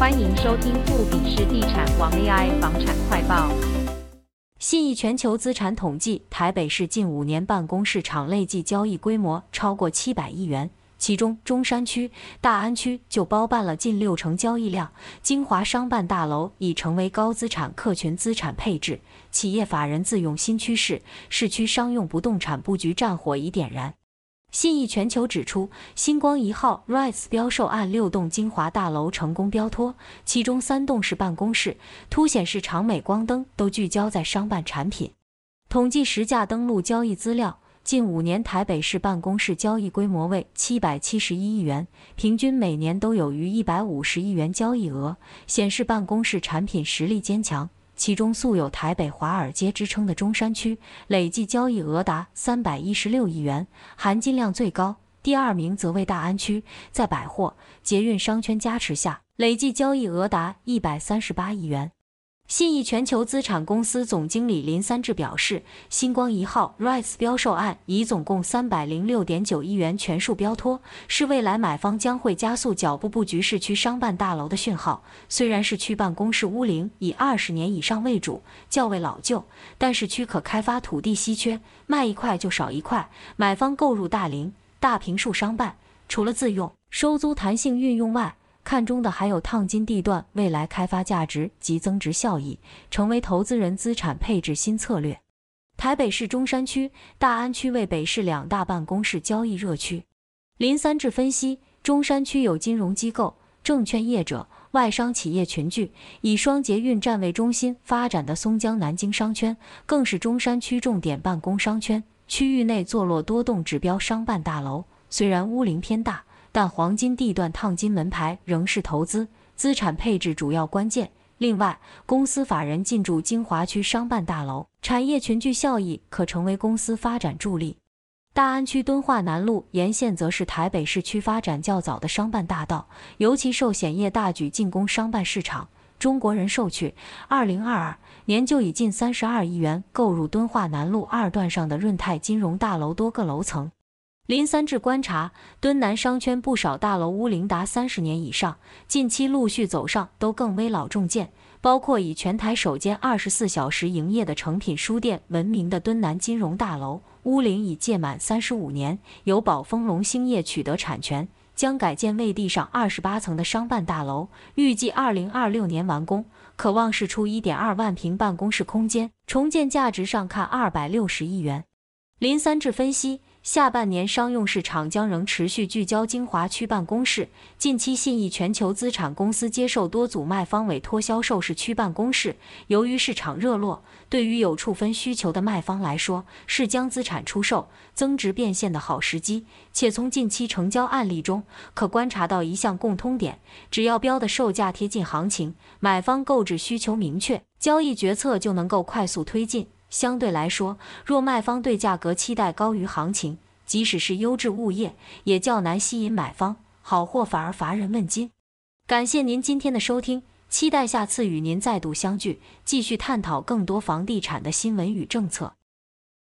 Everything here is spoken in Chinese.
欢迎收听富比士地产王 AI 房产快报。 信义全球资产统计，台北市近5年办公市场累计交易规模超过700亿元，其中中山区、大安区就包办了近60%交易量。精华商办大楼已成为高资产客群资产配置、企业法人自用新趋势，市区商用不动产布局战火已点燃。信义全球指出，星光1号 REITs 标售案6栋精华大楼成功标脱，其中3栋是办公室，凸显市场镁光灯都聚焦在商办产品。统计实价登录交易资料，近5年台北市办公室交易规模为771亿元，平均每年都有逾150亿元交易额，显示办公室产品实力坚强。其中素有台北华尔街之称的中山区，累计交易额达316亿元，含金量最高。第2名则为大安区，在百货、捷运商圈加持下，累计交易额达138亿元。信义全球资产公司总经理林三志表示，星光1号 REITs 标售案以总共306.9亿元全数标脱，是未来买方将会加速脚步布局市区商办大楼的讯号。虽然市区办公室屋龄以20年以上为主，较为老旧，但市区可开发土地稀缺，卖一块就少一块，买方购入大龄、大坪数商办，除了自用、收租弹性运用外，看中的还有烫金地段未来开发价值及增值效益，成为投资人资产配置新策略。台北市中山区、大安区为北市2大办公室交易热区。林三志分析，中山区有金融机构、证券业者、外商企业群聚，以双捷运站为中心发展的松江南京商圈，更是中山区重点办公商圈。区域内坐落多栋指标商办大楼，虽然屋龄偏大，但黄金地段烫金门牌仍是投资资产配置主要关键。另外，公司法人进驻精华区商办大楼，产业群聚效益可成为公司发展助力。大安区敦化南路沿线则是台北市区发展较早的商办大道，尤其受险业大举进攻商办市场。中国人寿去2022年就以近32亿元购入敦化南路2段上的润泰金融大楼多个楼层。林三志观察，敦南商圈不少大楼屋龄达30年以上，近期陆续走上都更危老重建，包括以全台首间24小时营业的诚品书店闻名的敦南金融大楼，屋龄已届满35年，由宝丰隆兴业取得产权，将改建为地上28层的商办大楼，预计2026年完工，可望释出1.2万平办公室空间，重建价值上看260亿元。林三志分析，下半年商用市场将仍持续聚焦精华区办公室。近期信义全球资产公司接受多组卖方委托销售市区办公室，由于市场热络，对于有处分需求的卖方来说，是将资产出售、增值变现的好时机。且从近期成交案例中，可观察到一项共通点：只要标的售价贴近行情，买方购置需求明确，交易决策就能够快速推进。相对来说，若卖方对价格期待高于行情，即使是优质物业，也较难吸引买方，好货反而乏人问津。感谢您今天的收听，期待下次与您再度相聚，继续探讨更多房地产的新闻与政策。